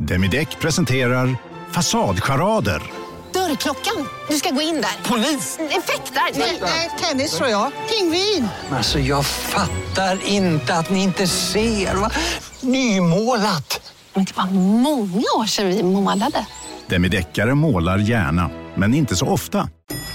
Demideck presenterar Fasadcharader. Dörrklockan. Du ska gå in där. Polis? Effektar? Nej, tennis tror jag. Pingvin. Alltså jag fattar inte att ni inte ser. Va? Nymålat. Men det var många år sedan vi målade. Demideckare målar gärna, men inte så ofta.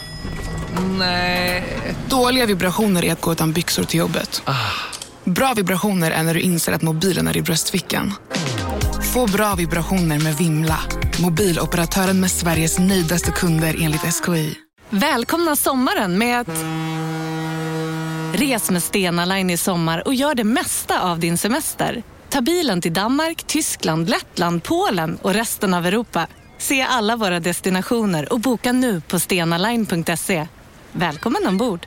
Nej. Dåliga vibrationer är att gå utan byxor till jobbet. Bra vibrationer är när du inser att mobilen är i bröstfickan. Få bra vibrationer med Vimla. Mobiloperatören med Sveriges nöjdaste kunder enligt SKI. Välkomna sommaren med att... Res med Stena Line i sommar och gör det mesta av din semester. Ta bilen till Danmark, Tyskland, Lettland, Polen och resten av Europa. Se alla våra destinationer och boka nu på stenaline.se. Välkommen ombord!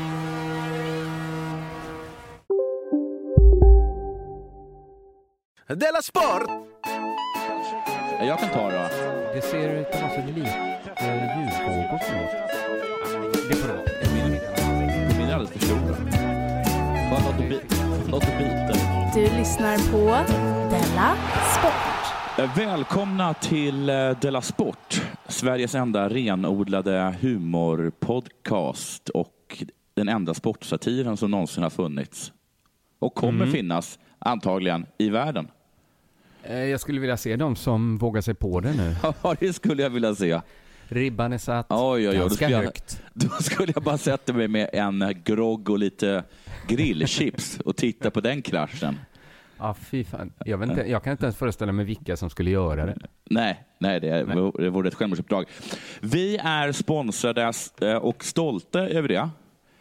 Della Sport! Jag kan ta det. Det ser ut att vara så lite ljudvågor för mig. Det får det vara. De är alldeles för stora. Bara något att bita. Du lyssnar på Della Sport. Välkomna till Della Sport. Sveriges enda renodlade humorpodcast och den enda sportsatiren som någonsin har funnits. Och kommer finnas antagligen i världen. Jag skulle vilja se dem som vågar sig på det nu. Ja, det skulle jag vilja se. Ribban är satt ganska högt. Då skulle jag bara sätta mig med en grogg och lite grillchips och titta på den kraschen. Ja, fy fan. Jag kan inte ens föreställa mig vilka som skulle göra det. Nej, det vore ett självmordsuppdrag. Vi är sponsrade och stolta över det.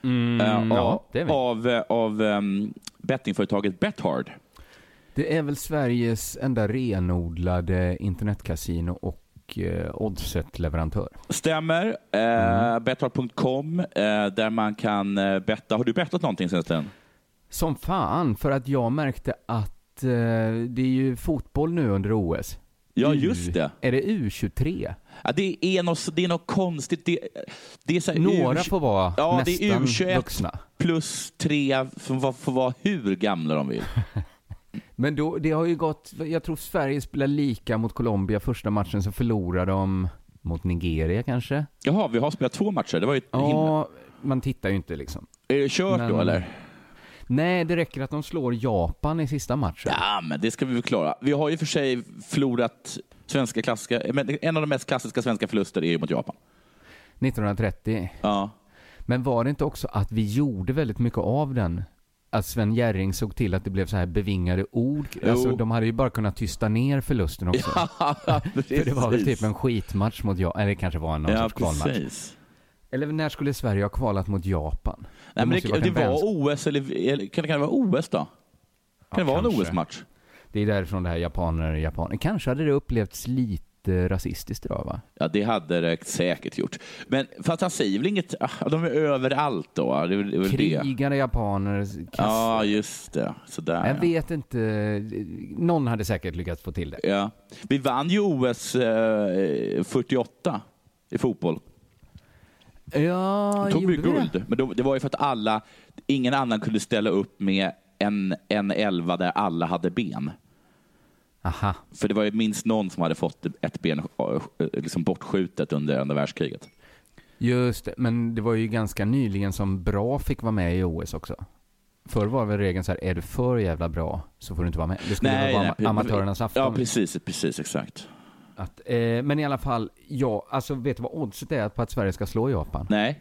Det är vi. Av bettingföretaget Bethard. Det är väl Sveriges enda renodlade internetkasino och oddset-leverantör. Stämmer. Bethard.com där man kan betta. Har du bettat någonting sen ställen? Som fan, för att jag märkte att det är ju fotboll nu under OS. Ja, just det. Är det U23? Ja, det är något konstigt. Det är så här några får vara nästan det är U21 vuxna. Plus 3 som får vara hur gamla de vill. Men då, det har ju gått... Jag tror Sverige spelar lika mot Colombia första matchen, så förlorade de mot Nigeria kanske. Jaha, vi har spelat 2 matcher. Det var ju man tittar ju inte liksom. Är det kört då eller? Nej, det räcker att de slår Japan i sista matchen. Ja, men det ska vi väl klara. Vi har ju för sig förlorat svenska klassiska... Men en av de mest klassiska svenska förluster är ju mot Japan. 1930. Ja. Men var det inte också att vi gjorde väldigt mycket av den? Att Sven Jerring såg till att det blev så här bevingade ord. Alltså, de hade ju bara kunnat tysta ner förlusten också. Ja, för det var väl typ en skitmatch mot Japan. Eller det kanske var någon sorts kvalmatch. Eller när skulle Sverige ha kvalat mot Japan? Nej, men det var OS, eller kan det vara OS då? Kan det vara en OS-match? Det är därifrån det här japaner. Kanske hade det upplevts lite rasistiskt idag, va? Ja, det hade det säkert gjort. Men fast han säger väl inget... De är överallt då. Det är väl krigande japaner. Ja, just det. Sådär, jag vet inte. Någon hade säkert lyckats få till det. Ja. Vi vann ju OS 48 i fotboll. Ja, tog vi guld. Det? Men det var ju för att ingen annan kunde ställa upp med en 11 där alla hade ben. Aha. För det var ju minst någon som hade fått ett ben liksom bortskjutet under andra världskriget. Just det, men det var ju ganska nyligen som bra fick vara med i OS också. Förr var väl regeln så här, är du för jävla bra så får du inte vara med. Det skulle vara amatörernas afton. Ja, precis, exakt. Men i alla fall, alltså vet du vad oddset är på att Sverige ska slå Japan? Nej.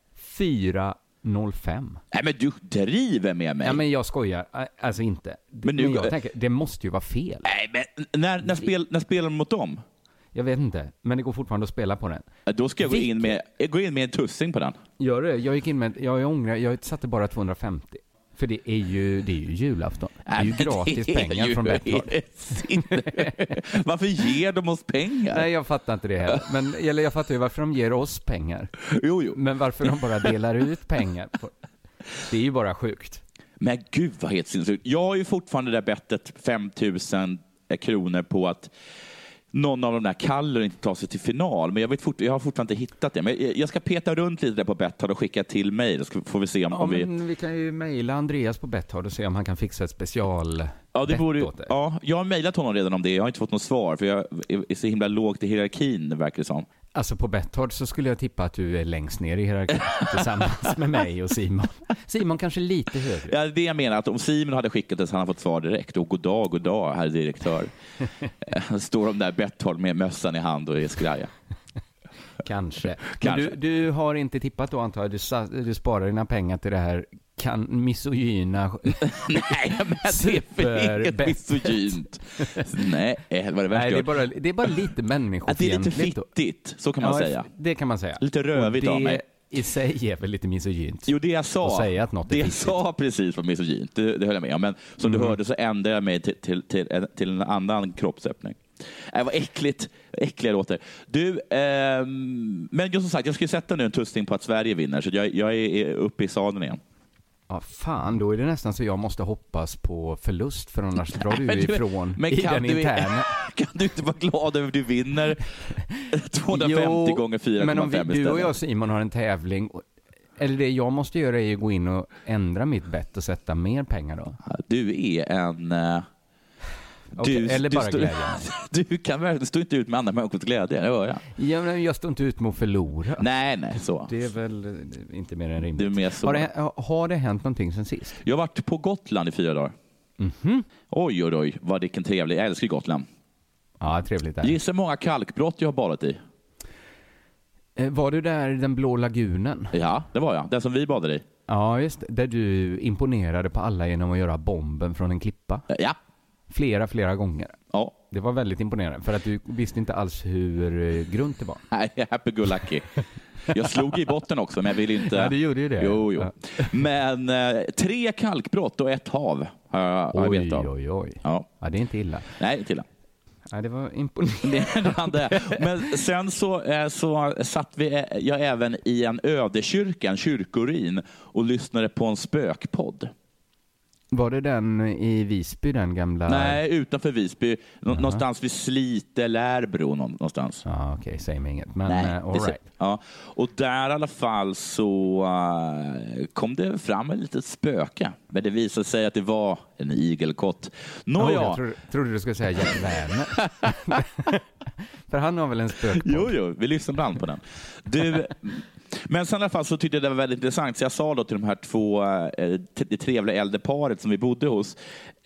4,05. Nej, men du driver med mig. Ja, men jag skojar. Alltså inte. Men jag tänker, det måste ju vara fel. Nej, men när spelar de mot dem? Jag vet inte, men det går fortfarande att spela på den. Då ska jag gå in med en tussing på den. Gör det? Jag gick in med, jag ångrar, jag satte bara 250. För det är ju julafton. Det är ju gratis pengar från Bethard. Varför ger de oss pengar? Nej, jag fattar inte det heller. Men jag fattar ju varför de ger oss pengar. Jo. Men varför de bara delar ut pengar. Det är ju bara sjukt. Men gud vad helt sinnessjukt. Jag har ju fortfarande det där bettet 5 000 kronor på att någon av de där kallar inte tar sig till final. Men jag har fortfarande inte hittat det. Men jag ska peta runt lite där på Bethard och skicka till mig. Då får vi se om vi... Men vi kan ju mejla Andreas på Bethard och se om han kan fixa ett Ja, det vore, åt dig. ja, jag har mejlat honom redan om det. Jag har inte fått något svar för jag är så himla lågt i hierarkin, verkar det som. Alltså på Betthard så skulle jag tippa att du är längst ner i hierarkin tillsammans med mig och Simon. Simon kanske lite högre. Ja, det jag menar att om Simon hade skickat det så hade han fått svar direkt. Och god dag, herr direktör. Står de där Betthard med mössan i hand och är skraja. Kanske. Men du har inte tippat då, antar jag. Du sparar dina pengar till det här misogyna. Nej, men det är inget misogynt. Nej, vad det värsta. Nej, det är bara lite människofientligt. Det är lite fittigt, så kan man säga. Det kan man säga. Lite rövigt av mig. I sig är väl lite misogynt. Jo, det jag sa. Säga att något är jag sa precis var misogynt. Det höll jag med om. Men som du hörde så ändrade jag mig till en annan kroppsöppning. Vad äckligt. Äckliga låter. Du, men som sagt, jag ska sätta nu en tussning på att Sverige vinner. Så jag är uppe i sadeln igen. Ja, fan, då är det nästan så jag måste hoppas på förlust, för annars drar du ifrån men i den interna. Kan du inte vara glad över att du vinner 250 gånger 4,5 men om istället? du och jag, Simon, har en tävling, eller det jag måste göra är att gå in och ändra mitt bett och sätta mer pengar då. Du är en... eller bara glädje. Du kan verkligen stå inte ut med andra människors glädje, det hör jag. Ja, men jag står inte ut med att förlora. Nej, så. Det är väl inte mer än rimligt. Det är mer så. Har det hänt någonting sen sist? Jag har varit på Gotland i 4 dagar. Mm-hmm. Oj, vad vilken trevlig. Jag älskar Gotland. Ja, trevligt där. Gissa många kalkbrott jag har badat i. Var du där i den blå lagunen? Ja, det var jag. Den som vi badade i. Ja, just det. Där du imponerade på alla genom att göra bomben från en klippa. Ja. Flera gånger. Ja. Det var väldigt imponerande, för att du visste inte alls hur grunt det var. Nej, happy go lucky. Jag slog i botten också, men jag ville inte... Ja, du gjorde ju det. Jo. Ja. Men 3 kalkbrott och 1 hav har jag vet av. Oj. Ja. Ja, det är inte illa. Nej, inte illa. Ja, det var imponerande. Men sen så satt jag även i en ödekyrka, en kyrkoruin, och lyssnade på en spökpodd. Var det den i Visby, den gamla? Nej, utanför Visby. Någonstans vid Slite, Lärbro någonstans. Ja, okej, säg mig inget. Men all right. Ja. Och där i alla fall så kom det fram ett litet spöke. Men det visade sig att det var en igelkott. Jag trodde du skulle säga Jack Werner. För han har väl en spökpodd? Jo, vi lyssnar ibland på den. Du... Men sen i alla fall så tyckte jag det var väldigt intressant. Så jag sa då till de här 2 det trevliga äldre paret som vi bodde hos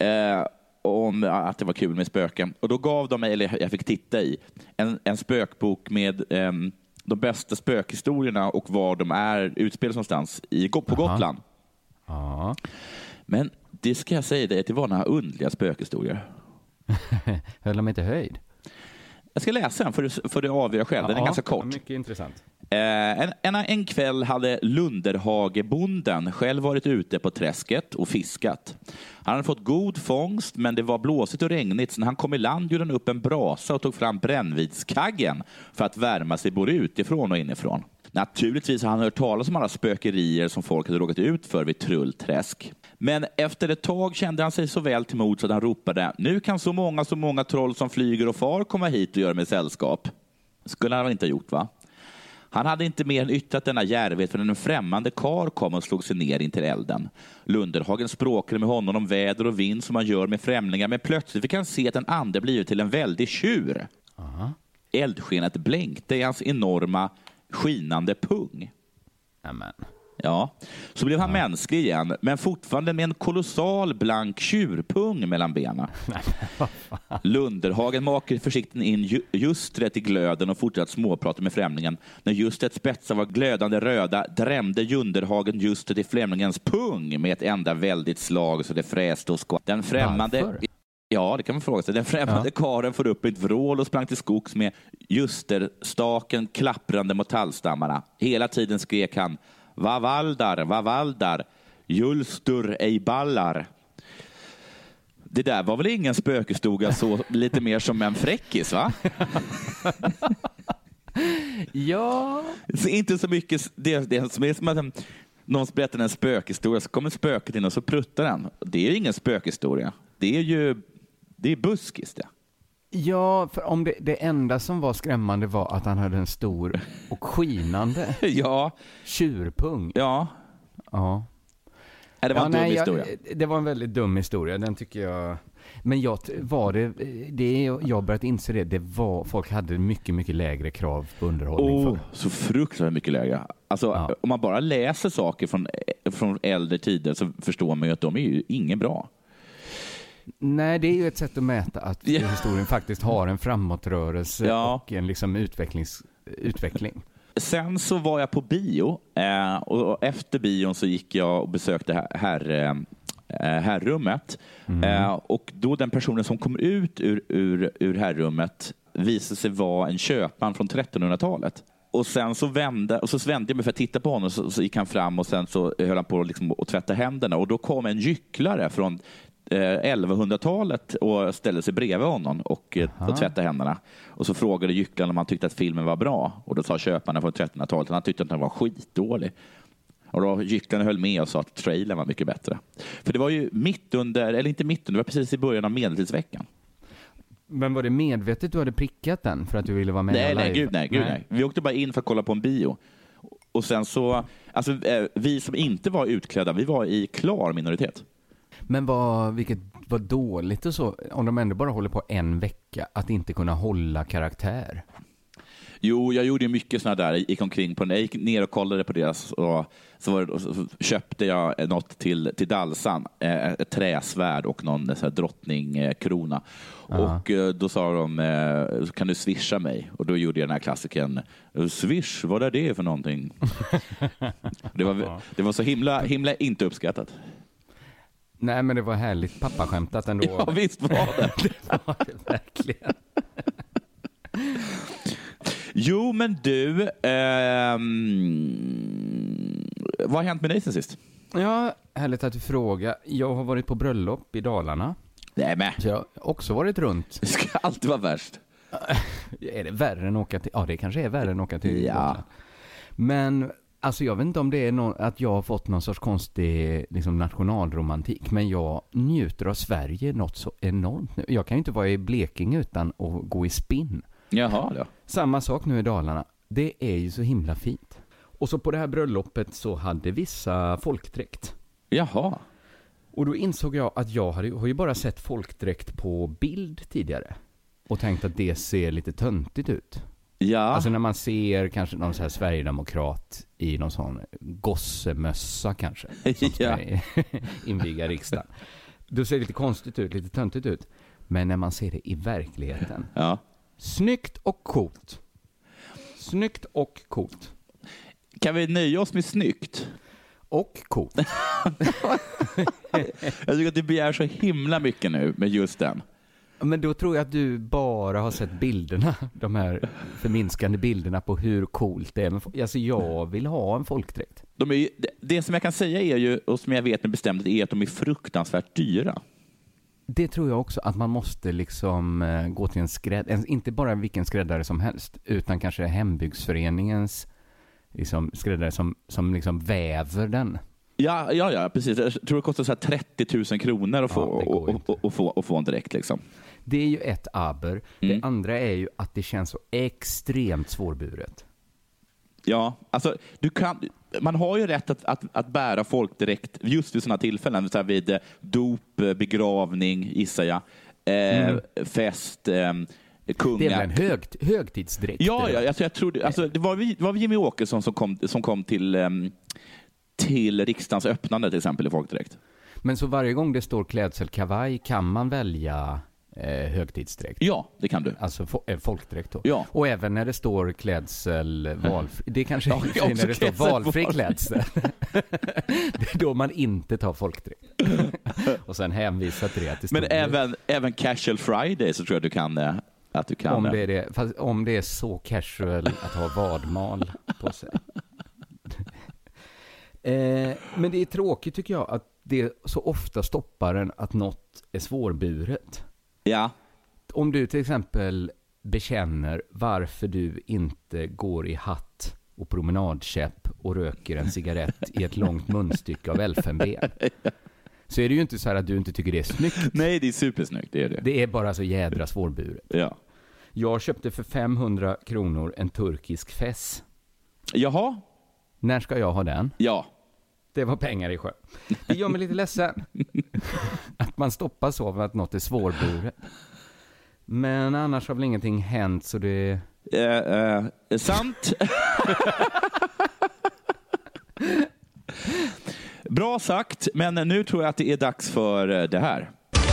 om att det var kul med spöken. Och då gav de mig, eller jag fick titta i, en spökbok med de bästa spökhistorierna och var de utspelas någonstans på Gotland. Ja. Men det ska jag säga dig att det var några underliga spökhistorier. Höll de inte höjd? Jag ska läsa den för det avgöra själv. Den är ganska kort. Mycket intressant. En kväll hade Lunderhagebonden själv varit ute på träsket och fiskat. Han hade fått god fångst, men det var blåsigt och regnigt, så när han kom i land gjorde han upp en brasa och tog fram brännvidskaggen för att värma sig både utifrån och inifrån. Naturligtvis har han hört talas om alla spökerier som folk hade råkat ut för vid Trullträsk. Men efter ett tag kände han sig så väl till mod så att han ropade: nu kan så många troll som flyger och far komma hit och göra med sällskap. Skulle han inte ha gjort, va? Han hade inte mer än yttrat denna djärvhet för en främmande kar kom och slog sig ner in till elden. Lunderhagen språkade med honom om väder och vind som man gör med främlingar, men plötsligt fick han se att den andra blivit till en väldig tjur. Eldskenet blänkte i hans enorma skinande pung. Amen. Ja, så blev han mänsklig igen, men fortfarande med en kolossal blank tjurpung mellan benen. Lunderhagen makade försiktigt in just rätt i glöden och fortsatte småprata med främlingen. När just ett spetsar var glödande röda drämde Lunderhagen just till främlingens pung med ett enda väldigt slag så det fräste och skvatt. Den främmande... Varför? Ja, det kan man fråga sig. Den främmande karen får upp ett vrål och sprang till skogs med justerstaken klapprande mot tallstammarna. Hela tiden skrek han: Vavaldar, julstur ej ballar. Det där var väl ingen spökestoga, så lite mer som en fräckis, va? Ja. Så inte så mycket det som är som att någon berättar en spökhistoria, så kommer spöket in och så pruttar den. Det är ingen spökhistoria. Det är buskis det. Ja, för om det enda som var skrämmande var att han hade en stor och skinande tjurpung. Ja. Ja. Det var en dum historia. Det var en väldigt dum historia. Den tycker jag... Men jag börjat inse det var, folk hade mycket, mycket lägre krav på underhållning. Så fruktansvärt mycket lägre. Alltså, om man bara läser saker från äldre tider så förstår man ju att de är ju ingen bra. Nej, det är ju ett sätt att mäta att historien faktiskt har en framåtrörelse och en liksom utveckling. Sen så var jag på bio och efter bion så gick jag och besökte herrummet. Och då den personen som kom ut ur herrummet visade sig vara en köpman från 1300-talet. Och sen så vände jag mig för att titta på honom, så gick han fram och sen så höll han på liksom att tvätta händerna. Och då kom en gycklare från 1100-talet och ställde sig bredvid honom och tvättade händerna. Och så frågade gycklaren om han tyckte att filmen var bra. Och då sa köparna från 1300-talet att han tyckte att den var skitdålig. Och då gycklaren höll med och sa att trailern var mycket bättre. För det var ju det var precis i början av medeltidsveckan. Men var det medvetet du hade prickat den för att du ville vara med? Nej. Vi åkte bara in för att kolla på en bio. Och sen så, alltså vi som inte var utklädda, vi var i klar minoritet. Men vilket var dåligt och så, om de ändå bara håller på en vecka, att inte kunna hålla karaktär. Jo, jag gjorde mycket sådana där, gick omkring på den. Jag gick ner och kollade på deras och så köpte jag något till Dalsan, ett träsvärd och någon så här drottningkrona. Och då sa de, kan du swisha mig? Och då gjorde jag den här klassiken, swish, vad är det för någonting? det var så himla inte uppskattat. Nej, men det var härligt pappaskämtat ändå. Ja, visst var det. Det var det verkligen. Jo, men du, vad har hänt med dig sen sist? Ja, härligt att du frågar. Jag har varit på bröllop i Dalarna. Nej, men. Så jag har också varit runt. Det ska alltid vara värst. Är det värre än åka till? Ja, det kanske är värre än åka till Dalarna. Men alltså jag vet inte om det är att jag har fått någon sorts konstig liksom, nationalromantik. Men jag njuter av Sverige något så enormt nu. Jag kan ju inte vara i Blekinge utan att gå i spinn. Jaha då. Samma sak nu i Dalarna. Det är ju så himla fint. Och så på det här bröllopet så hade vissa folkdräkt. Jaha. Och då insåg jag att jag har ju bara sett folkdräkt på bild tidigare. Och tänkt att det ser lite töntigt ut. Ja. Alltså när man ser kanske någon så här Sverigedemokrat i någon sån gossemössa kanske. Som ska inviga riksdagen. Då ser det lite konstigt ut, lite töntigt ut. Men när man ser det i verkligheten. Ja. Snyggt och coolt. Snyggt och coolt. Kan vi nöja oss med snyggt? Och coolt. Jag tycker att du begär så himla mycket nu med just den. Men då tror jag att du bara har sett bilderna. De här förminskande bilderna på hur coolt det är. Men, alltså jag vill ha en folkdräkt. Det som jag kan säga är ju, och som jag vet med bestämdhet, är att de är fruktansvärt dyra. Det tror jag också, att man måste liksom gå till en skräddare, inte bara vilken skräddare som helst, utan kanske hembygdsföreningens liksom, skräddare som liksom väver den. Ja, precis. Jag tror det kostar så här 30 000 kronor att få en direkt liksom. Det är ju ett aber. Det andra är ju att det känns så extremt svårburet. Ja, alltså man har ju rätt att bära folk direkt just vid sådana tillfällen, så här vid dop, begravning, gissar jag, fest, kungar. Det är väl en högtidsdräkt? Ja, jag tror det. Alltså, det var Jimmy Åkesson som kom till riksdagens öppnande till exempel i folkdräkt. Men så varje gång det står klädselkavaj kan man välja högtidsdräkt? Ja, det kan du. Alltså folkdräkt då. Ja. Och även när det står klädsel valfri. Det kanske är när det står valfri klädsel. Det är då man inte tar folkdräkt. Och sen hänvisar till det. Men även casual Friday så tror jag du kan om det är det. Fast om det är så casual att ha vadmal på sig. Men det är tråkigt tycker jag att det så ofta stoppar en att något är svårburet. Ja. Om du till exempel bekänner varför du inte går i hatt och promenadkäpp och röker en cigarett i ett långt munstycke av elfenben, så är det ju inte så här att du inte tycker det är snyggt. Nej, det är supersnyggt, det är det. Det är bara så jädra svårburet. Ja. Jag köpte för 500 kronor en turkisk fess. Jaha. När ska jag ha den? Ja. Det var pengar i sjö. Det gör mig lite ledsen man stoppas av att något är svårburet. Men annars har väl ingenting hänt så det... Sant. Bra sagt, men nu tror jag att det är dags för det här.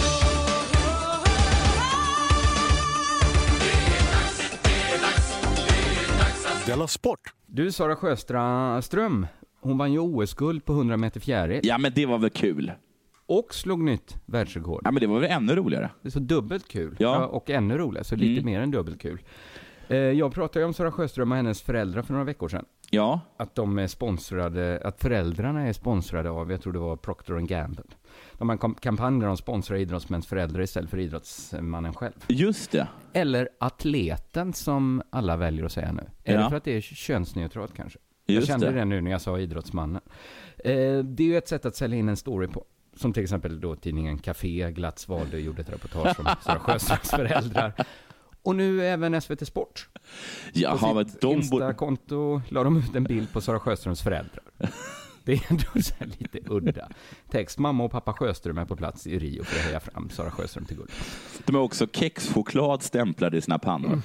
Della Sport. Du, Sara Sjöström, hon vann ju OS-guld på 100 meter fjäril. Ja, men det var väl kul. Och slog nytt världsrekord. Ja, men det var väl ännu roligare. Det är så dubbelt kul. Ja. Och ännu roligare, så lite mer än dubbelt kul. Jag pratade ju om Sara Sjöström och hennes föräldrar för några veckor sedan. Ja. Att de är sponsrade, att föräldrarna är sponsrade av, jag tror det var Procter & Gamble. De har en kampanj där de sponsrar idrottsmäns föräldrar istället för idrottsmannen själv. Just det. Eller atleten som alla väljer att säga nu. Är det för att det är könsneutralt kanske? Just jag kände det nu när jag sa idrottsmannen. Det är ju ett sätt att sälja in en story på. Som till exempel då tidningen Café Glatz valde och gjorde ett reportage om Sara Sjöströms föräldrar. Och nu även SVT Sport. Jaha, på sitt Insta-konto la de ut en bild på Sara Sjöströms föräldrar. Det är ändå så här lite udda. Text: mamma och pappa Sjöström är på plats i Rio för att heja fram Sara Sjöström till guld. De är också kexchoklad stämplade i sina pannor.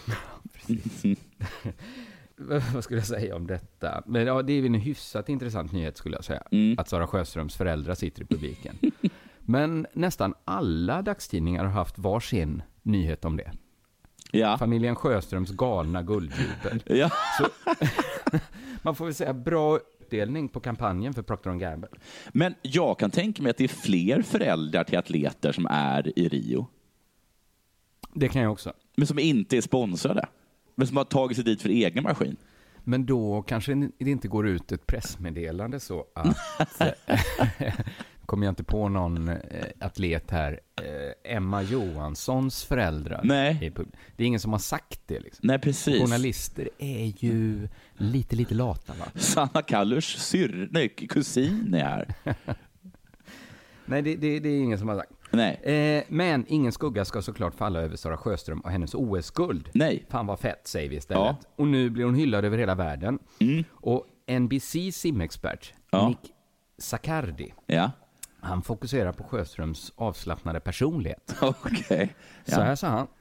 Vad skulle jag säga om detta? Men ja, det är en hyfsat intressant nyhet skulle jag säga. Att Sara Sjöströms föräldrar sitter i publiken. Men nästan alla dagstidningar har haft varsin nyhet om det. Ja. Familjen Sjöströms galna guldjubel. Ja. Så, man får väl säga bra utdelning på kampanjen för Procter & Gamble. Men jag kan tänka mig att det är fler föräldrar till atleter som är i Rio. Det kan jag också. Men som inte är sponsrade. Men som har tagit sig dit för egen maskin. Men då kanske det inte går ut ett pressmeddelande så att kommer jag inte på någon atlet här, Emma Johanssons föräldrar. Nej. Det är ingen som har sagt det liksom. Nej, precis. Journalister är ju lite lata, va? Sanna Kallurs kusin är här. Nej, det är ingen som har sagt. Nej. Men ingen skugga ska såklart falla över Sara Sjöström och hennes OS-guld. Nej. Fan vad fett, säger vi istället. Ja. Och nu blir hon hyllad över hela världen. Och NBC simexpert Nick Zaccardi, han fokuserar på Sjöströms avslappnade personlighet. Okay. Ja. Så här sa han.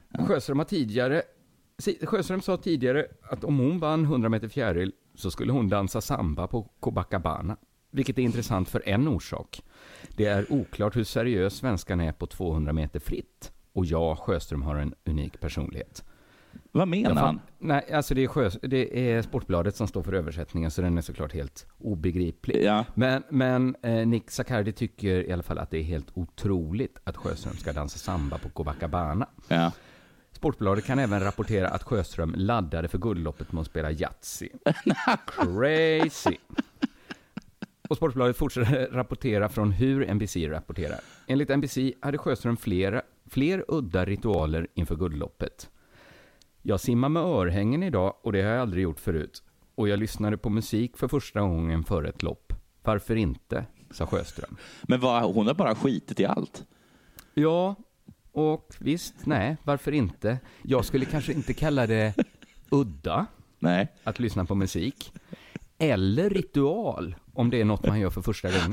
Sjöström sa tidigare att om hon vann 100 meter fjäril så skulle hon dansa samba på Copacabana. Vilket är intressant för en orsak. Det är oklart hur seriös svenskan är på 200 meter fritt. Och Sjöström har en unik personlighet. Vad menar han? Nej, alltså det är Sportbladet som står för översättningen, så den är såklart helt obegriplig. Ja. Men Nick Zaccardi tycker i alla fall att det är helt otroligt att Sjöström ska dansa samba på Copacabana. Ja. Sportbladet kan även rapportera att Sjöström laddade för guldloppet med att spela Yatzy. Crazy! Och Sportbladet fortsätter rapportera från hur NBC rapporterar. Enligt NBC hade Sjöström fler udda ritualer inför guldloppet. Jag simmar med örhängen idag och det har jag aldrig gjort förut. Och jag lyssnade på musik för första gången före ett lopp. Varför inte, sa Sjöström. Men hon har bara skitit i allt. Ja, och visst, nej, varför inte? Jag skulle kanske inte kalla det udda att lyssna på musik. Eller ritual, om det är något man gör för första gången.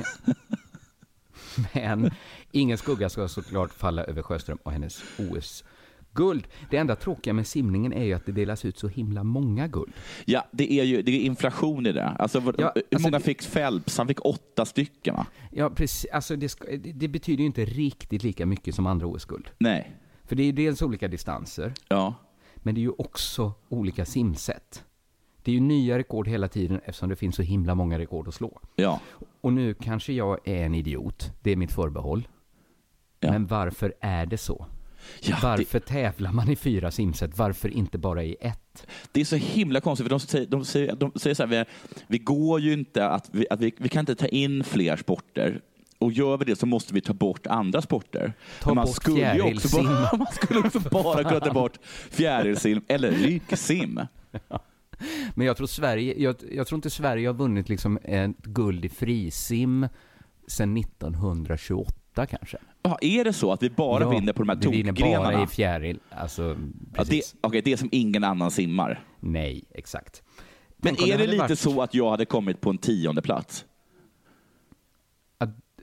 Men ingen skugga ska såklart falla över Sjöström och hennes OS-guld. Det enda tråkiga med simningen är ju att det delas ut så himla många guld. Ja, det är inflation i det. Alltså, hur många fick Phelps? Han fick 8 stycken, va? Ja, precis. Alltså, det betyder ju inte riktigt lika mycket som andra OS-guld. Nej. För det är ju dels olika distanser. Ja. Men det är ju också olika simsätt. Det är ju nya rekord hela tiden eftersom det finns så himla många rekord att slå. Ja. Och nu kanske jag är en idiot. Det är mitt förbehåll. Ja. Men varför är det så? Ja, varför tävlar man i 4 simsätt? Varför inte bara i 1? Det är så himla konstigt, för de säger så här, vi går ju inte vi kan inte ta in fler sporter. Och gör vi det så måste vi ta bort andra sporter. Man skulle också bara kunna ta bort fjärilsim eller ryggsim. Ja. Men jag tror jag tror inte Sverige har vunnit liksom ett guld i frisim sedan 1928 kanske. Ja, är det så att vi bara vinner på de här tokgrenarna? Vi vinner bara i fjäril. Alltså, det är som ingen annan simmar. Nej, exakt. Men är det lite så att jag hade kommit på en 10:e plats?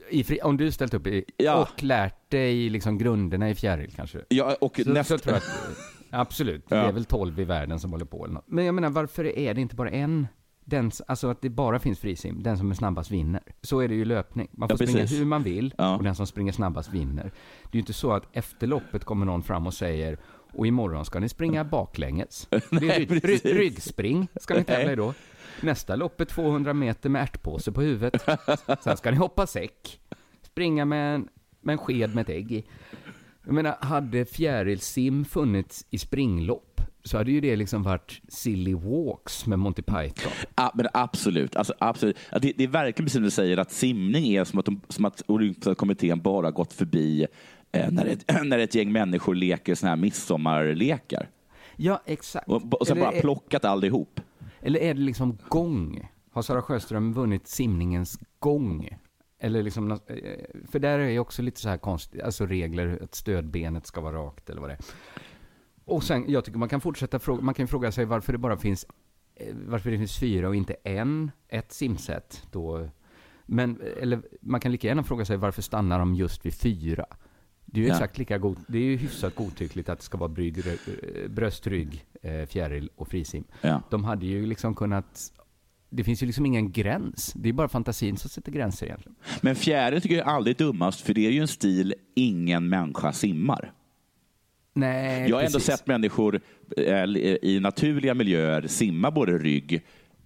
om du ställt upp och lärt dig liksom grunderna i fjäril kanske. Ja, och så tror jag att, absolut, det är väl 12 i världen som håller på. Eller något. Men jag menar, varför är det inte bara en? Alltså att det bara finns frisim, den som är snabbast vinner. Så är det ju löpning. Man får springa hur man vill och den som springer snabbast vinner. Det är ju inte så att efter loppet kommer någon fram och säger och imorgon ska ni springa baklänges. Ryggspring ska ni tävla i då. Nästa loppet 200 meter med ärtpåse på huvudet. Sen ska ni hoppa säck. Springa med en sked med ett ägg i. Jag menar, hade fjärilsim funnits i springlopp så hade ju det liksom varit silly walks med Monty Python. Ja, men absolut. Alltså, absolut. Det är verkligen precis som du säger att simning är som att Olympiska kommittén bara gått förbi när ett gäng människor leker såna här midsommarlekar. Ja, exakt. Och så bara plockat allihop. Eller är det liksom gång? Har Sara Sjöström vunnit simningens gång? Eller liksom, för där är ju också lite så här konstigt, alltså regler att stödbenet ska vara rakt eller vad det är. Och sen, jag tycker man kan fortsätta man kan fråga sig varför det finns 4 och inte ett simset då. Men, eller man kan lika gärna fråga sig varför stannar de just vid 4? Det är ju exakt lika det är ju hyfsat godtyckligt att det ska vara bröstrygg, fjäril och frisim. Ja. De hade ju liksom kunnat. Det finns ju liksom ingen gräns. Det är bara fantasin som sätter gränser egentligen. Men fjäril tycker jag är aldrig dummast, för det är ju en stil ingen människa simmar. Nej, jag har ändå sett människor i naturliga miljöer simma både rygg,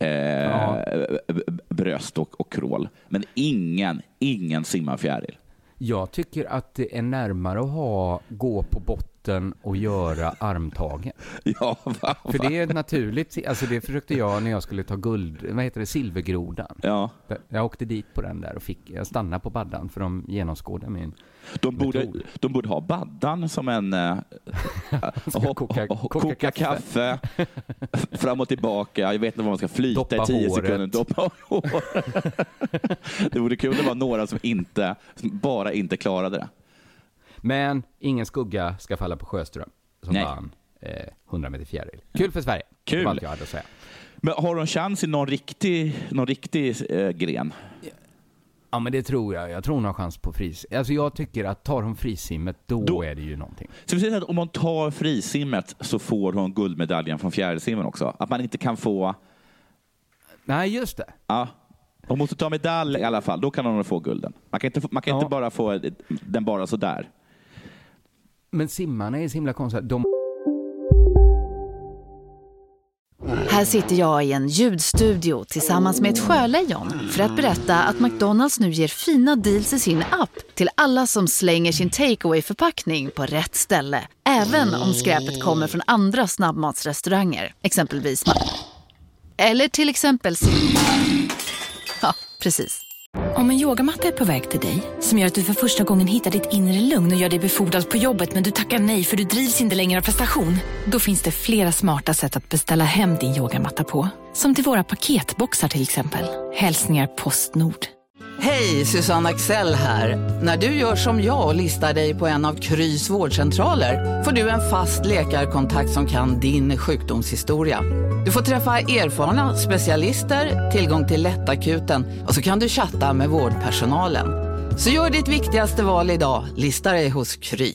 bröst och krål. Men ingen simmar fjäril. Jag tycker att det är närmare att gå på botten och göra armtagen. Ja, för det är naturligt. Alltså det försökte jag när jag skulle ta silvergrodan. Ja. Jag åkte dit på den där och jag stannade på baddan för de genomskådade min de borde ha baddan som en koka kaffe fram och tillbaka. Jag vet inte vad man ska flyta doppa i 10 håret. sekunder. Doppa hår. Det vore kul att vara några som bara inte klarade det. Men ingen skugga ska falla på Sjöström som vann 100 meter fjäril. Kul för Sverige. Kul. Det var allt jag hade att säga. Men har de chans i någon riktig gren? Ja, men det tror jag. Jag tror hon har chans på frisim. Alltså jag tycker att tar hon frisimmet då är det ju någonting. Så vi säger att om hon tar frisimmet så får hon guldmedaljen från fjärilsimmen också. Att man inte kan få. Nej, just det. Ja. Hon måste ta medalj i alla fall. Då kan hon få gulden. Man kan inte bara få den bara så där. Men simmarna är så himla konstiga. Här sitter jag i en ljudstudio tillsammans med ett sjölejon för att berätta att McDonald's nu ger fina deals i sin app till alla som slänger sin takeaway-förpackning på rätt ställe. Även om skräpet kommer från andra snabbmatsrestauranger, exempelvis eller till exempel ja, precis. Om en yogamatta är på väg till dig, som gör att du för första gången hittar ditt inre lugn och gör dig befordrad på jobbet, men du tackar nej för du drivs inte längre av prestation. Då finns det flera smarta sätt att beställa hem din yogamatta på. Som till våra paketboxar till exempel. Hälsningar Postnord. Hej, Susanne Axel här. När du gör som jag och listar dig på en av Krys vårdcentraler får du en fast läkarkontakt som kan din sjukdomshistoria. Du får träffa erfarna specialister, tillgång till lättakuten och så kan du chatta med vårdpersonalen. Så gör ditt viktigaste val idag, lista dig hos Kry.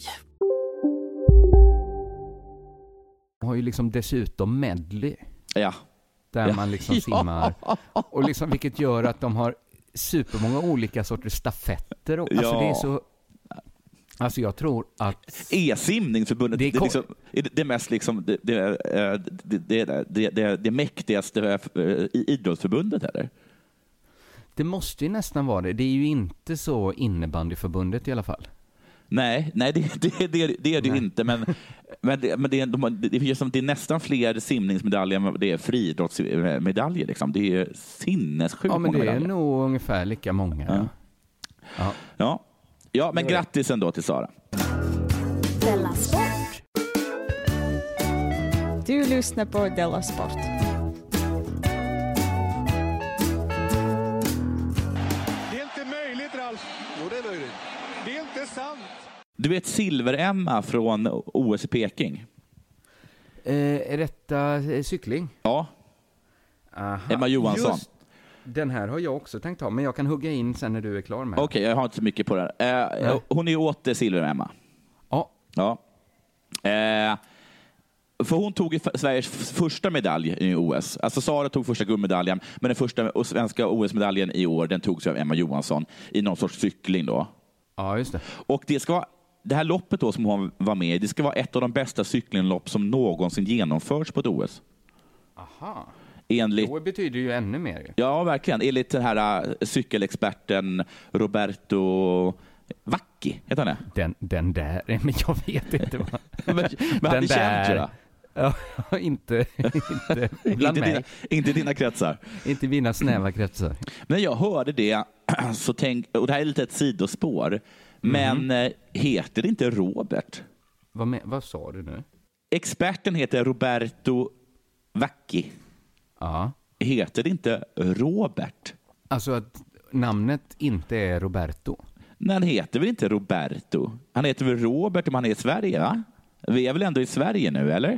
De har ju liksom dessutom medley. Ja. Där man liksom simmar. Och liksom, vilket gör att de har supermånga olika sorters stafetter. Och, alltså det är så. Alltså jag tror att simningsförbundet det mest liksom det mäktigaste i idrottsförbundet eller? Det måste ju nästan vara det. Det är ju inte så innebandyförbundet i alla fall. Nej, det är det ju inte, men det är nästan fler simningsmedaljer än det är friidrottsmedaljer liksom. Det är sinnessjukt. Ja, men det medaljer. Är nog ungefär lika många. Ja, men grattis ändå till Sara. Della Sport. Du lyssnar på Della Sport. Det är inte möjligt, Ralf. Jo, det är möjligt. Det är inte sant. Du vet silver-Emma från OS i Peking? Är detta cykling? Ja. Aha. Emma Johansson. Den här har jag också tänkt ha, men jag kan hugga in sen när du är klar med. Okej, jag har inte så mycket på det här. Hon är åt silver, Emma. Ja. För hon tog Sveriges första medalj i OS. Alltså Sara tog första guldmedaljen, men den första svenska OS-medaljen i år, den togs av Emma Johansson i någon sorts cykling då. Ja, just det. Och det här loppet då som hon var med i, det ska vara ett av de bästa cyklinglopp som någonsin genomförts på ett OS. Aha. Då betyder ju ännu mer. Ja, verkligen. Enligt den här cykelexperten Roberto Vacchi, heter han det? Den där, men jag vet inte vad. men han är känd, va? Ja, inte bland mig. Inte dina kretsar. Inte mina snäva kretsar. När jag hörde det, och det här är lite ett sidospår, men heter det inte Robert? Vad sa du nu? Experten heter Roberto Vacchi. Ja. Heter det inte Robert? Alltså att namnet inte är Roberto? Nej, han heter väl inte Roberto? Han heter väl Robert om han är i Sverige, va? Vi är väl ändå i Sverige nu, eller?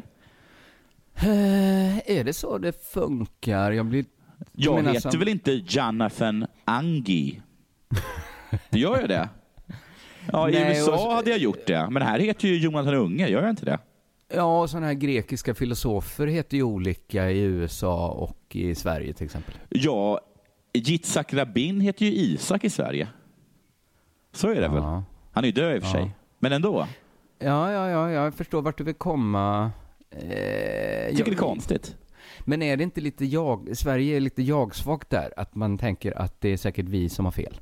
Är det så det funkar? Jag heter väl inte Jonathan Angi? Gör jag det? Ja, i USA hade jag gjort det. Men här heter ju Jonathan Unge, gör jag inte det? Ja, sådana här grekiska filosofer heter ju olika i USA och i Sverige till exempel. Ja, Yitzhak Rabin heter ju Isak i Sverige. Så är det väl? Han är ju död i och för sig. Men ändå. Ja, jag förstår vart du vill komma. Tycker det är konstigt. Men är det inte lite Sverige är lite jagsvagt där? Att man tänker att det är säkert vi som har fel.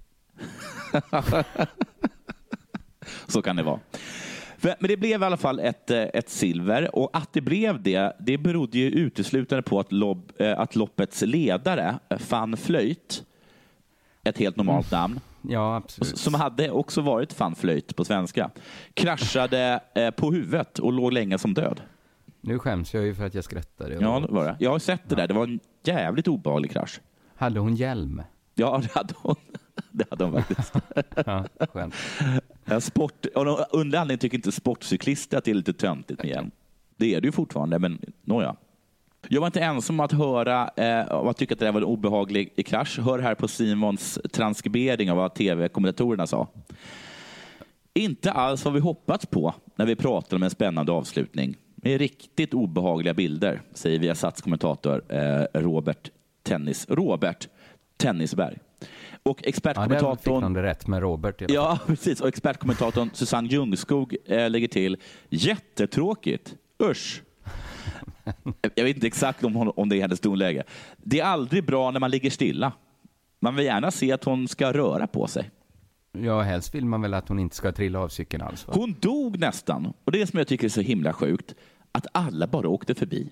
Så kan det vara. Men det blev i alla fall ett silver, och att det blev det berodde ju uteslutande på att loppets ledare, Van Vleut, ett helt normalt namn, ja, absolut, som hade också varit Van Vleut på svenska, kraschade på huvudet och låg länge som död. Nu skäms jag ju för att jag skrattade. Ja, det var det. Jag har sett det där. Det var en jävligt obehaglig krasch. Hade hon hjälm? Ja, det hade hon. Det hade hon faktiskt. Ja, skönt. Av någon underlig anledning tycker inte sportcyklister att det är lite töntigt med hjälm. Det är det ju fortfarande, men nåja. Jag var inte ensam att höra och att tycka att det var en obehaglig krasch. Hör här på Simons transkribering av vad tv-kommentatorerna sa. Inte alls vad vi hoppats på när vi pratade om en spännande avslutning. Med riktigt obehagliga bilder, säger Viasats kommentator Robert Tennisberg. Och expertkommentatorn... Ja, fick de det rätt med Robert. Ja, precis. Och expertkommentatorn Susanne Ljungskog lägger till: jättetråkigt. Usch. Jag vet inte exakt om det är hennes tonläge. Det är aldrig bra när man ligger stilla. Man vill gärna se att hon ska röra på sig. Ja, helst vill man väl att hon inte ska trilla av cykeln alls, va? Hon dog nästan. Och det som jag tycker är så himla sjukt, att alla bara åkte förbi.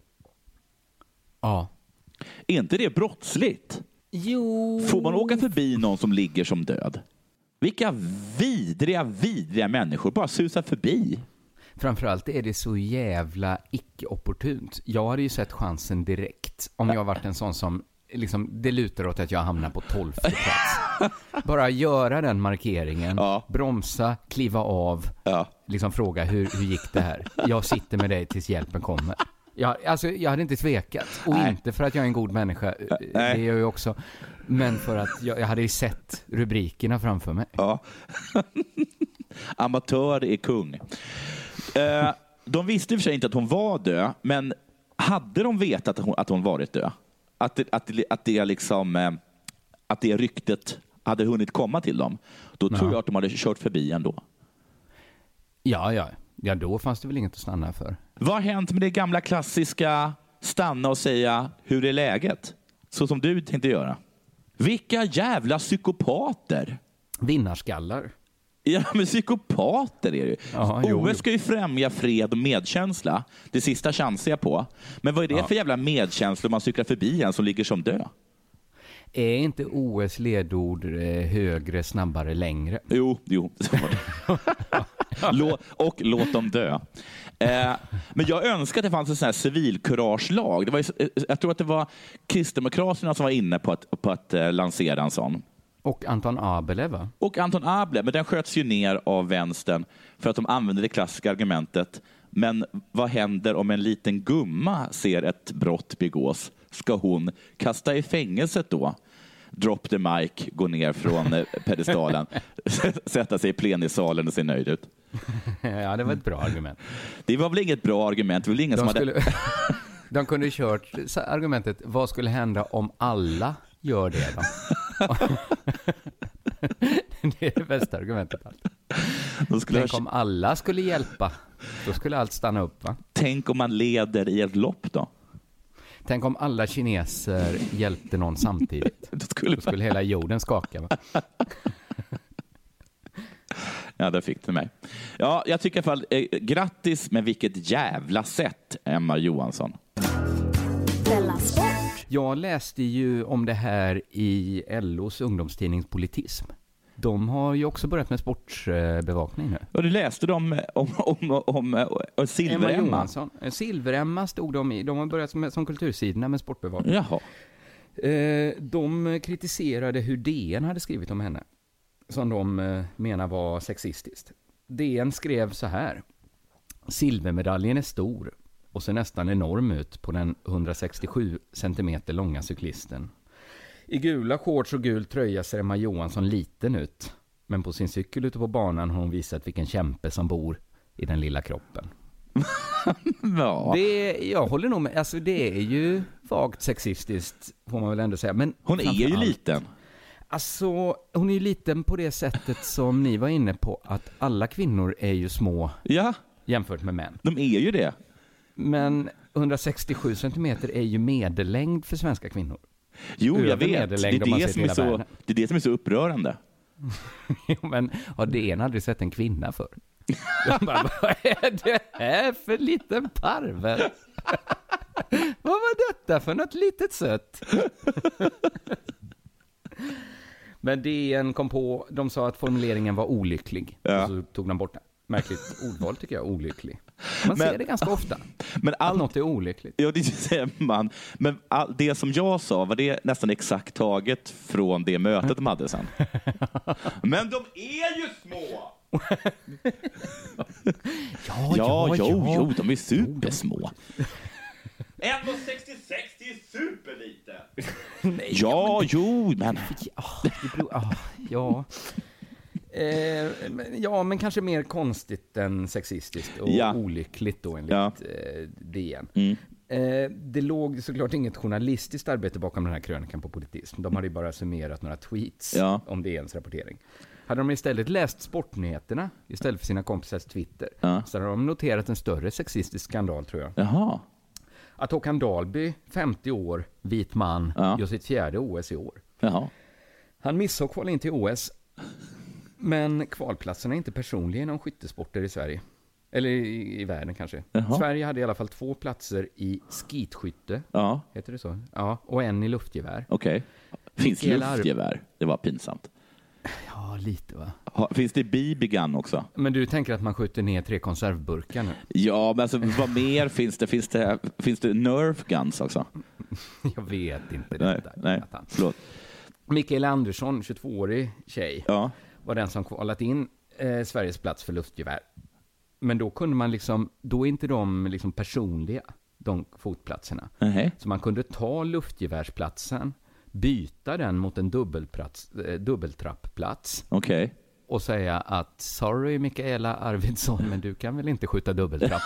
Ja. Är inte det brottsligt? Jo. Får man åka förbi någon som ligger som död? Vilka vidriga människor bara susar förbi. Framförallt är det så jävla icke-opportunt. Jag hade ju sett chansen direkt om jag varit en sån som liksom, det lutar åt att jag hamnar på 12:e plats. Bara göra den markeringen, bromsa, kliva av, liksom fråga hur gick det här? Jag sitter med dig tills hjälpen kommer. Jag hade inte tvekat. Och inte för att jag är en god människa, det är jag ju också, men för att jag hade ju sett rubrikerna framför mig. Ja. Amatör är kung. De visste i och för sig inte att hon var död, men hade de vetat att hon varit död? Att det ryktet hade hunnit komma till dem, då tror jag att de hade kört förbi ändå. Ja, då fanns det väl inget att stanna för. Vad har hänt med det gamla klassiska stanna och säga hur är läget? Så som du tänkte göra. Vilka jävla psykopater. Vinnarskallar. Ja, men psykopater är det. OS ska ju främja fred och medkänsla. Det sista chansar jag på. Men vad är det för jävla medkänsla om man cyklar förbi en som ligger som död? Är inte OS ledord högre, snabbare, längre? Jo. Så var det. Och låt dem dö. Men jag önskar att det fanns en sån här civilkuragelag. Jag tror att det var Kristdemokraterna som var inne på att lansera en sån. Och Anton Abele, va? Och Anton Abele, men den sköts ju ner av vänstern för att de använder det klassiska argumentet. Men vad händer om en liten gumma ser ett brott begås? Ska hon kasta i fängelset då? drop the mic, gå ner från pedestalen, sätta sig i plenisalen och se nöjd ut. Ja, det var ett bra argument. Det var väl inget bra argument. Det var väl ingen som hade... De kunde kört argumentet, vad skulle hända om alla gör det då? Det är det bästa argumentet. Tänk om alla skulle hjälpa, då skulle allt stanna upp, va? Tänk om man leder i ett lopp då? Tänk om alla kineser hjälpte någon samtidigt. Då skulle hela jorden skaka, va? Ja, där fick du mig. Ja, jag tycker i alla fall, grattis, med vilket jävla sätt, Emma Johansson. Jag läste ju om det här i LOs ungdomstidning Politism. De har ju också börjat med sportbevakning nu. Och du läste dem om Silver-Emma? Silver-Emma stod de i. De har börjat som kultursidorna med sportbevakning. Jaha. De kritiserade hur DN hade skrivit om henne, som de menar var sexistiskt. DN skrev så här: silvermedaljen är stor och ser nästan enorm ut på den 167 centimeter långa cyklisten. I gula shorts och gul tröja ser Emma Johansson liten ut, men på sin cykel ute på banan har hon visat vilken kämpe som bor i den lilla kroppen. Ja. Jag håller nog med, alltså det är ju vagt sexistiskt, får man väl ändå säga. Men hon är ju liten. Alltså, hon är ju liten på det sättet som ni var inne på, att alla kvinnor är ju små jämfört med män. De är ju det. Men 167 centimeter är ju medellängd för svenska kvinnor. Jo, jag vet. Det är det som är så upprörande. Men har DN aldrig sett en kvinna för? Bara, vad är det här för liten parvel? Vad var detta för något litet sött? Men DN kom på, de sa att formuleringen var olycklig. Och så tog de bort den. Märkligt ordval tycker jag, olycklig. Man ser det ganska ofta. Att något är olyckligt. Ja, det säger man. Men det som jag sa, var det nästan exakt taget från det mötet de hade sen. Men de är ju små! Jo, de är supersmå. 1,66, det är superlite. Men kanske mer konstigt än sexistiskt och olyckligt då enligt DN. Det låg såklart inget journalistiskt arbete bakom den här krönikan på Politism. De hade ju bara summerat några tweets om DNs rapportering. Hade de istället läst sportnyheterna istället för sina kompisars Twitter, så hade de noterat en större sexistisk skandal, tror jag. Jaha. Att Håkan Dahlby, 50 år, vit man, gör sitt 4:e OS i år. Jaha. Han missade kval in till OS, men kvalplatserna är inte personliga inom skyttesporter i Sverige. Eller i världen kanske. Jaha. Sverige hade i alla fall 2 platser i skitskytte. Heter det så? Ja, och en i luftgevär. Okej. Finns luftgevär? Det var pinsamt. Ja, lite va. Finns det BB-gun också? Men du tänker att man skjuter ner 3 konservburkar nu? Ja, men alltså, vad mer finns det? Finns det Nerf guns också? Jag vet inte detta. Nej. Förlåt. Mikael Andersson, 22-årig tjej, var den som kvalat in Sveriges plats för luftgevär. Men då kunde man då är inte de liksom personliga, de fotplatserna. Så man kunde ta luftgevärsplatsen, byta den mot en dubbeltrappplats. Okej. Och säga att sorry Mikaela Arvidsson, men du kan väl inte skjuta dubbeltrapp.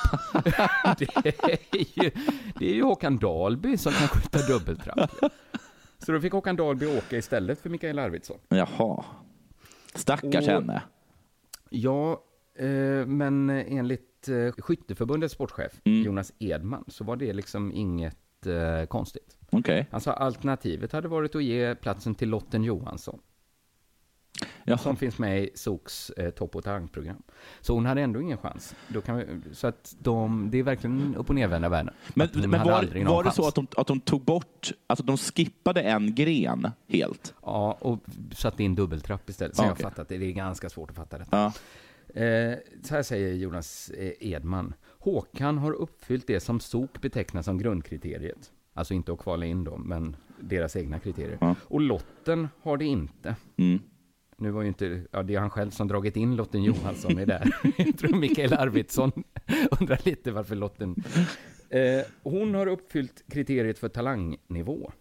det är ju Håkan Dahlby som kan skjuta dubbeltrapp. Så då fick Håkan Dahlby åka istället för Mikaela Arvidsson. Jaha. Stackars henne. Ja, men enligt Skytteförbundets sportchef Jonas Edman så var det inget konstigt. Okay. Han sa alternativet hade varit att ge platsen till Lotten Johansson. Som finns med i SOKs topp- och talangprogram. Så hon hade ändå ingen chans. Så att det är verkligen upp- och nedvända världen. Men var det så att de tog bort, alltså de skippade en gren helt? Ja, och satte in dubbeltrapp istället. Så jag har fattat det. Det är ganska svårt att fatta detta. Så här säger Jonas Edman. Håkan har uppfyllt det som SOK betecknar som grundkriteriet. Alltså inte att kvala in dem, men deras egna kriterier. Och Lotten har det inte. Nu var ju inte, det är han själv som dragit in Lotten Johansson är där. Jag tror Mikael Arvidsson undrar lite varför Lotten. Hon har uppfyllt kriteriet för talangnivå.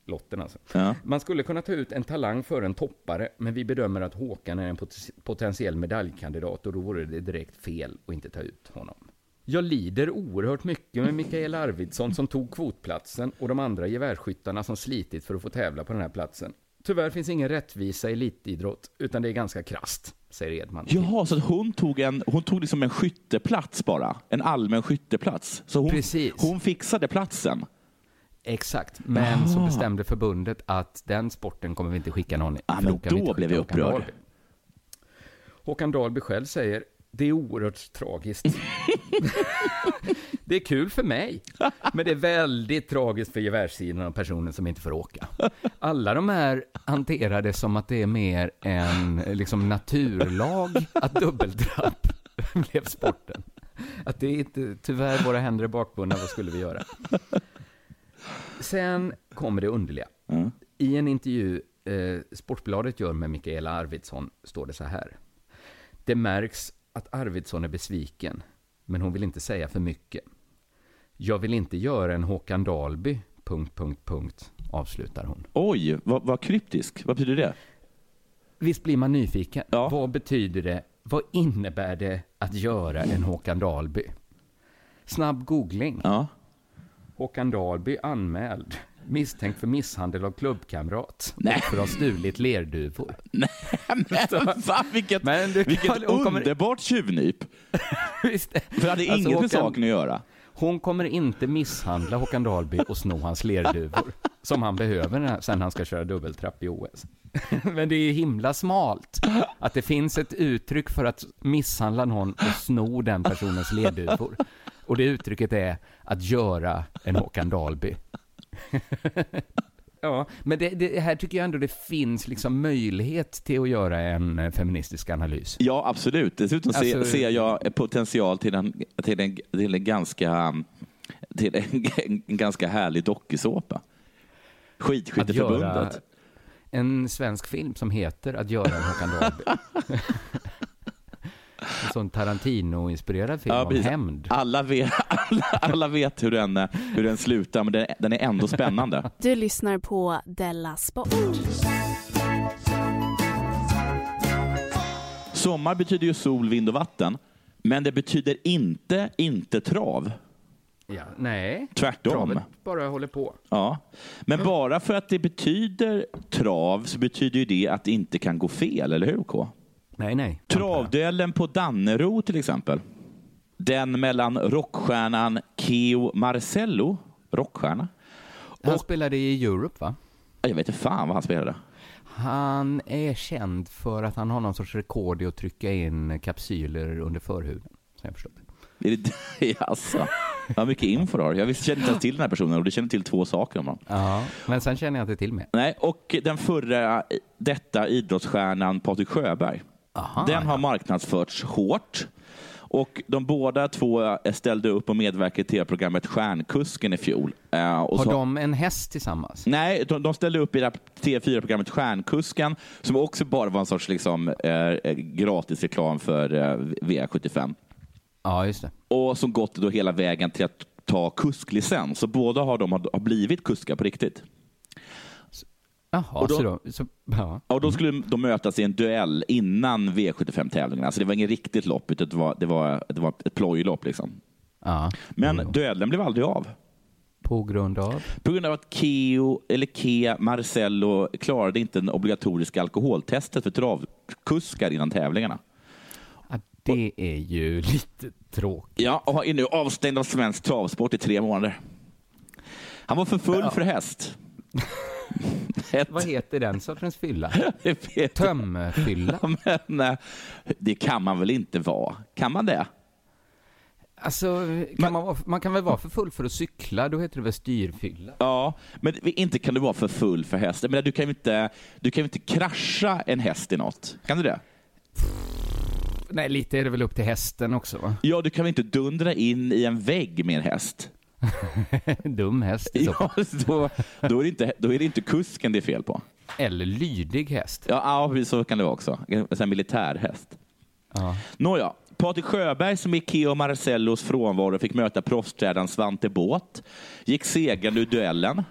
lotten alltså. Ja. Man skulle kunna ta ut en talang för en toppare, men vi bedömer att Håkan är en potentiell medaljkandidat och då vore det direkt fel att inte ta ut honom. Jag lider oerhört mycket med Mikael Arvidsson som tog kvotplatsen och de andra gevärsskyttarna som slitit för att få tävla på den här platsen. Tyvärr finns ingen rättvisa i elitidrott, utan det är ganska krasst, säger Edman. Jaha, så att hon tog liksom en skytteplats bara. En allmän skytteplats. Så hon fixade platsen. Exakt, men så bestämde förbundet att den sporten kommer vi inte skicka någon. Men då blev jag upprörd. Håkan Dahlby själv säger, det är oerhört tragiskt. Det är kul för mig, men det är väldigt tragiskt för gevärssidan och personen som inte får åka. Alla de här hanterade som att det är mer en liksom naturlag att dubbeltrapp blev sporten. Att det är inte, tyvärr våra händer är bakbundna, vad skulle vi göra? Sen kommer det underliga. I en intervju Sportbladet gör med Mikael Arvidsson står det så här. Det märks att Arvidsson är besviken, men hon vill inte säga för mycket. Jag vill inte göra en Håkan Dahlby... avslutar hon. Oj, vad kryptisk. Vad betyder det? Visst blir man nyfiken. Ja. Vad betyder det? Vad innebär det att göra en Håkan Dahlby? Snabb googling. Ja. Håkan Dahlby anmäld. Misstänkt för misshandel av klubbkamrat. Nej. För att ha stulit lerduvor. Nej, men fan, vilket underbart tjuvnyp. För det hade inget med saken att göra. Hon kommer inte misshandla Håkan Dahlby och sno hans lerduvor. Som han behöver sen han ska köra dubbeltrapp i OS. Men det är himla smalt att det finns ett uttryck för att misshandla någon och sno den personens lerduvor. Och det uttrycket är att göra en Håkan Dahlby. Ja, men det här tycker jag ändå det finns liksom möjlighet till att göra en feministisk analys. Ja, absolut. Dessutom ser jag potential till en ganska härlig dokusåpa. Skidskytteförbundet. En svensk film som heter Att göra en Håkan Dahlby. En sån Tarantino-inspirerad film om hämnd. Alla vet hur den slutar, men den är ändå spännande. Du lyssnar på Della Sport. Sommar betyder ju sol, vind och vatten, men det betyder inte trav. Ja, nej. Tvärtom. Travet bara håller på. Ja, men bara för att det betyder trav så betyder ju det att det inte kan gå fel, eller hur K? Nej. Travduellen på Dannero till exempel. Den mellan rockstjärnan Keo Marcello, rockstjärna. Han spelade i Europe, va? Jag vet inte fan vad han spelade. Han är känd för att han har någon sorts rekord i att trycka in kapsyler under förhuden, som jag förstår. Är det alltså? Vad mycket info då. Jag känner inte till den här personen och du känner till 2 saker om honom. Ja, men sen känner jag inte till mer. Nej, och den förra idrottsstjärnan Patrik Sjöberg. Aha, den har marknadsförts hårt. Och de båda två ställde upp och medverkade till programmet Stjärnkusken i fjol. Har de en häst tillsammans? Nej, de ställde upp i det TV4-programmet Stjärnkusken som också bara var en sorts liksom, gratis reklam för V75. Ja, just det. Och som gått då hela vägen till att ta kusklicens. Så båda har blivit kuskar på riktigt. Jaha, och då skulle de mötas i en duell innan V75-tävlingen. Alltså det var ingen riktigt lopp, utan det var ett plojlopp liksom. Ja, men duellen blev aldrig av. På grund av att Kea Marcello klarade inte den obligatoriska alkoholtestet för travkuskar innan tävlingarna. Ja, det är ju lite tråkigt. Ja, och är nu avstängd av svensk travsport i 3 månader. Han var för full för häst. Vad heter den sortens fylla? Tömfylla? Men det kan man väl inte vara? Kan man det? Alltså, man kan väl vara för full för att cykla, då heter det väl styrfylla. Ja, men inte kan du vara för full för häst. Men du kan ju inte krascha en häst i något. Kan du det? Nej, lite är det väl upp till hästen också, va? Ja, du kan väl inte dundra in i en vägg med en häst? Dum häst i så fall. Ja, då är det inte kusken det är fel på. Eller lydig häst. Ja, så kan det vara också. En militärhäst. Ja. Nåja, Patrik Sjöberg som i Keo Marcellos frånvaro fick möta proffstränaren Svante Båth gick segrande ur duellen.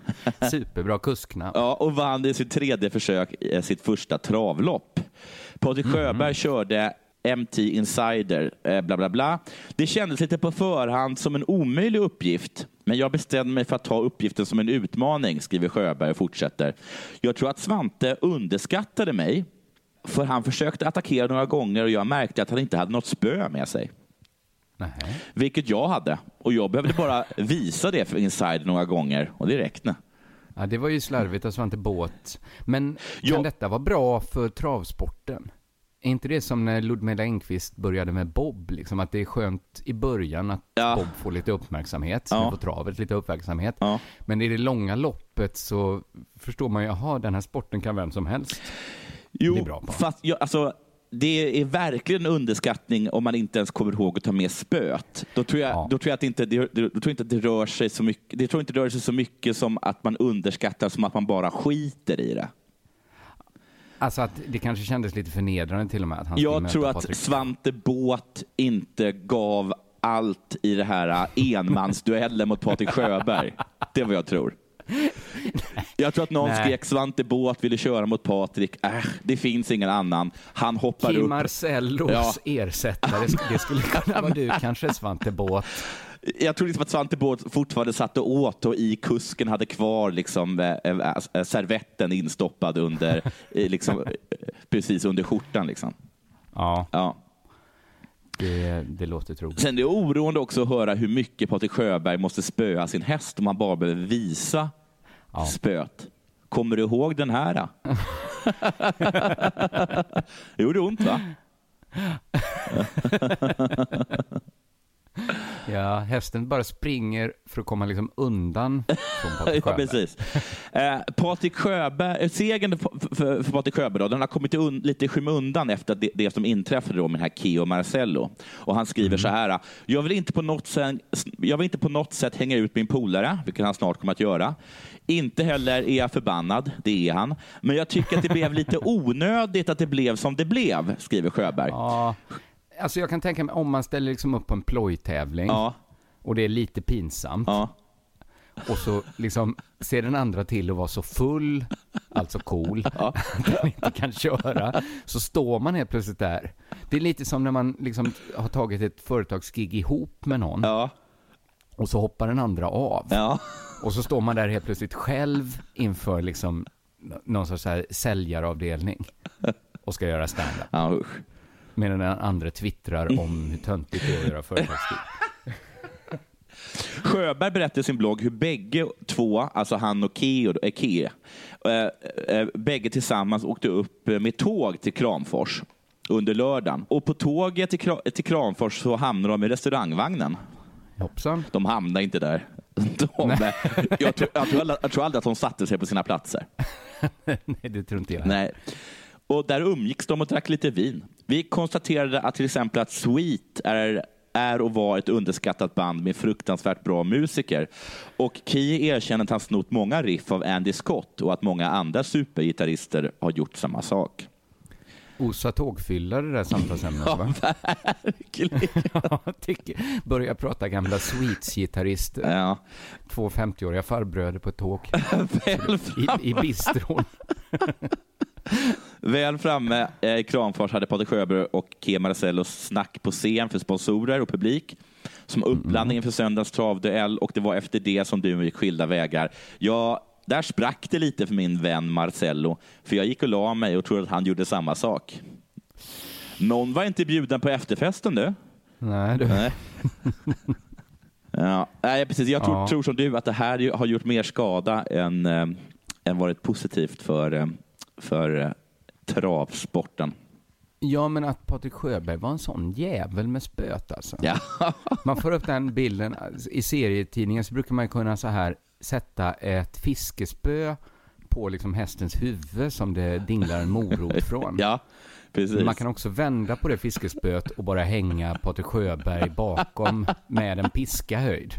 Superbra kuskknapp. Ja, och vann i sitt tredje försök sitt första travlopp. Patrik Sjöberg körde MT Insider, bla bla bla. Det kändes lite på förhand som en omöjlig uppgift, men jag bestämde mig för att ta uppgiften som en utmaning, skriver Sjöberg och fortsätter. Jag tror att Svante underskattade mig, för han försökte attackera några gånger och jag märkte att han inte hade något spö med sig. Nej. Vilket jag hade, och jag behövde bara visa det för Insider några gånger och det räckte. Ja, det var ju slarvigt av Svante Båth. Men kan detta vara bra för travsporten? Är inte det som när Ludmilla Engqvist började med bob? Liksom att det är skönt i början att bob får lite uppmärksamhet. Så får travet lite uppmärksamhet. Ja. Men i det långa loppet så förstår man ju, jaha, den här sporten kan vem som helst bli bra på. Fast det är verkligen en underskattning om man inte ens kommer ihåg att ta med spöt. Då tror jag inte att det rör sig så mycket. Det tror inte det rör sig så mycket som att man underskattar, som att man bara skiter i det. Alltså att det kanske kändes lite förnedrande till och med att han jag tror att Svante Båth inte gav allt i det här enmansduellen mot Patrik Sjöberg. Det är vad jag tror. Jag tror att någon skrek Svante Båth ville köra mot Patrik. Det finns ingen annan. Han hoppar Kim upp. Marcellos ersättare. Det skulle kunna vara du, kanske Svante Båth. Jag tror liksom att Svante Båth fortfarande satt och åt och i kusken hade kvar liksom servetten instoppad under liksom, precis under skjortan liksom. Ja. Det låter troligt. Sen är det oroande också att höra hur mycket Patrik Sjöberg måste spöa sin häst om man bara behöver visa spöt. Kommer du ihåg den här? Det gjorde ont, va? Ja, hästen bara springer för att komma liksom undan från Patrik Sjöberg. Ja, precis. Patrik Sjöberg, segern för Patrik Sjöberg då, den har kommit lite i skymundan efter det som inträffade då med den här Kio Marcello. Och han skriver så här: jag vill inte på något sätt hänga ut min polare, vilket han snart kommer att göra. Inte heller är jag förbannad, det är han. Men jag tycker att det blev lite onödigt att det blev som det blev, skriver Sjöberg. Ja. Alltså jag kan tänka mig om man ställer liksom upp på en plojtävling och det är lite pinsamt och så liksom ser den andra till att vara så full, alltså cool, att man inte kan köra, så står man helt plötsligt där. Det är lite som när man liksom har tagit ett företagsgig ihop med någon och så hoppar den andra av och så står man där helt plötsligt själv inför liksom någon sorts så här säljaravdelning och ska göra stand-up. Medan den andra twittrar om hur töntigt det är att göra företagsgig. Sjöberg berättar i sin blogg hur bägge två, alltså han och Ke, bägge tillsammans åkte upp med tåg till Kramfors under lördagen. Och på tåget till Kramfors så hamnar de i restaurangvagnen. Hoppsan. De hamnar inte där. Jag tror aldrig att de satte sig på sina platser. Nej, det tror inte jag. Nej. Och där umgicks de och drack lite vin. Vi konstaterade att till exempel att Sweet är och var ett underskattat band med fruktansvärt bra musiker. Och Key erkänner att han snott många riff av Andy Scott och att många andra supergitarrister har gjort samma sak. Osa tågfyllare det där samtalsämnet, va? Verkligen. Börja prata gamla Sweets-gitarrister. Ja. 2 50-åriga farbröder på ett tåg. I bistron. Väl framme i Kramfors hade Patrik Sjöberg och Ke Marcellos snack på scen för sponsorer och publik som uppblandningen för söndagens travduell, och det var efter det som du gick skilda vägar. Där sprack det lite för min vän Marcello, för jag gick och la mig och trodde att han gjorde samma sak. Någon var inte bjuden på efterfesten, du? Nej, du. Nej. Nej, precis. Jag tror som du att det här har gjort mer skada än varit positivt för travsporten. Ja, men att Patrik Sjöberg var en sån jävel med spöt alltså. Ja. Man får upp den bilden i serietidningen, så brukar man kunna så här sätta ett fiskespö på liksom hästens huvud som det dinglar en morot från. Ja, precis. Man kan också vända på det fiskespöet och bara hänga Patrik Sjöberg bakom med en piska höjd.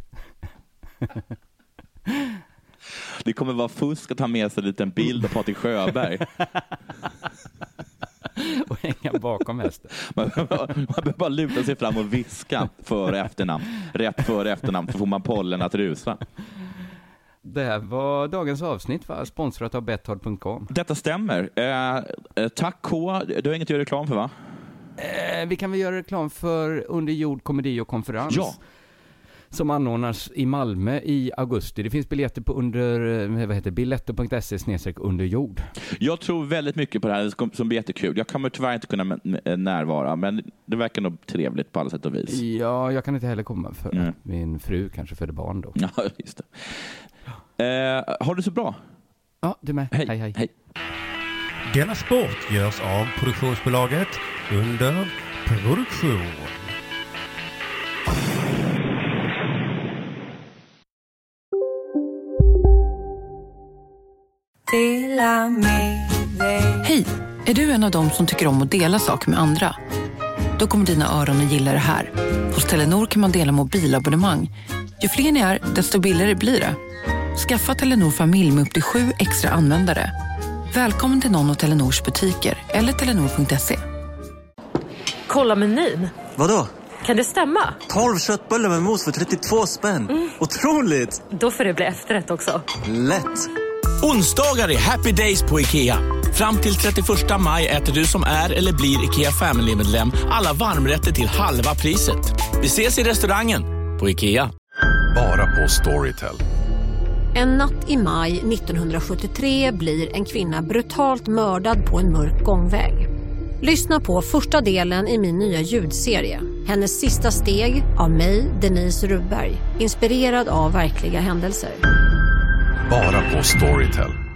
Det kommer vara fusk att ha med sig en liten bild av Patrik Sjöberg. Och hänga bakom hästen. Man behöver bara luta sig fram och viska före efternamn. Rätt före efternamn, så får man pollen att rusa. Det här var dagens avsnitt, va? Sponsrat av Betthard.com. Detta stämmer. Tack K. Du har inget att göra reklam för, va? Vi kan väl göra reklam för Under jord komedi och konferens. Ja. Som anordnas i Malmö i augusti. Det finns biljetter på biletto.se/underjord. Jag tror väldigt mycket på det här som blir jättekul. Jag kommer tyvärr inte kunna närvara, men det verkar nog trevligt på alla sätt och vis. Ja, jag kan inte heller komma för att min fru kanske föder barn då. Ja, just det. Har du så bra? Ja, du med. Hej. Della Sport görs av produktionsbolaget Under produktion. Hej, är du en av dem som tycker om att dela saker med andra? Då kommer dina öron att gilla det här. Hos Telenor kan man dela mobilabonnemang. Ju fler ni är, desto billigare blir det. Skaffa Telenor familj med upp till 7 extra användare. Välkommen till någon av Telenors butiker eller telenor.se. Kolla menyn. Vadå? Kan det stämma? 12 köttbullar med mos för 32 spänn. Otroligt! Då får det bli efterrätt också. Lätt! Onsdagar är happy days på IKEA. Fram till 31 maj äter du som är eller blir IKEA Family-medlem alla varmrätter till halva priset. Vi ses i restaurangen på IKEA. Bara på Storytel. En natt i maj 1973 blir en kvinna brutalt mördad på en mörk gångväg. Lyssna på första delen i min nya ljudserie. Hennes sista steg av mig, Denise Rubberg. Inspirerad av verkliga händelser. Bara på Storytel.